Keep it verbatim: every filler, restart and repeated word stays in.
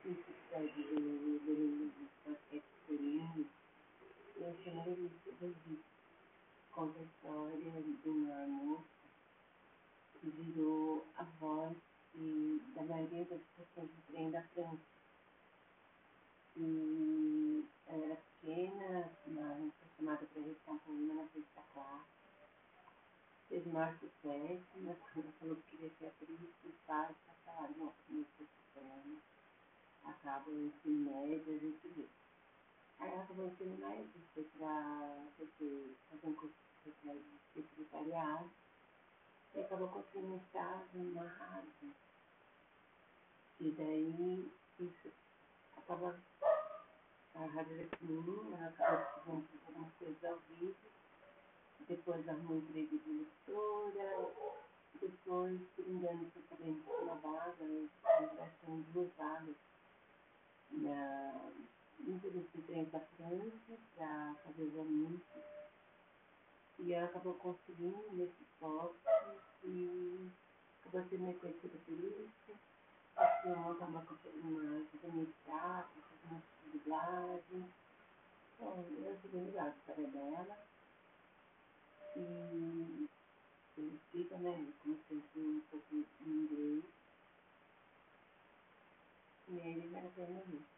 isso pede do basquete feminino, eu chamo de Regi. Conta a história de uma moça que virou a voz de, da maioria das estações de trem da França. E ela era pequena, uma, foi chamada para registrar um poema na sexta classe. Fez maior sucesso, mas quando ela falou que queria ser atriz, os pais falaram, não, não sei se acaba o ensino médio, a gente vê. Aí ela acabou o ensino médio, foi para fazer um curso de secretariado e acabou conseguindo um estágio numa rádio. E daí, isso acaba, a rádio era pequenininha, ela acabou precisando fazer algumas coisas ao vivo, depois arrumou um emprego de leitora, depois, por engano, foi sabendo que uma vaga, são duas vagas na Instituto de Trem da França para fazer os anúncios. E ela acabou conseguindo nesse posto e acabou sendo reconhecida por isso. Passou a montar uma companhia de teatro, fazer uma dublagem. Então, eu achei bem legal a história dela. E eu explico, né, como se fosse um pouco em inglês. E aí ele vai ver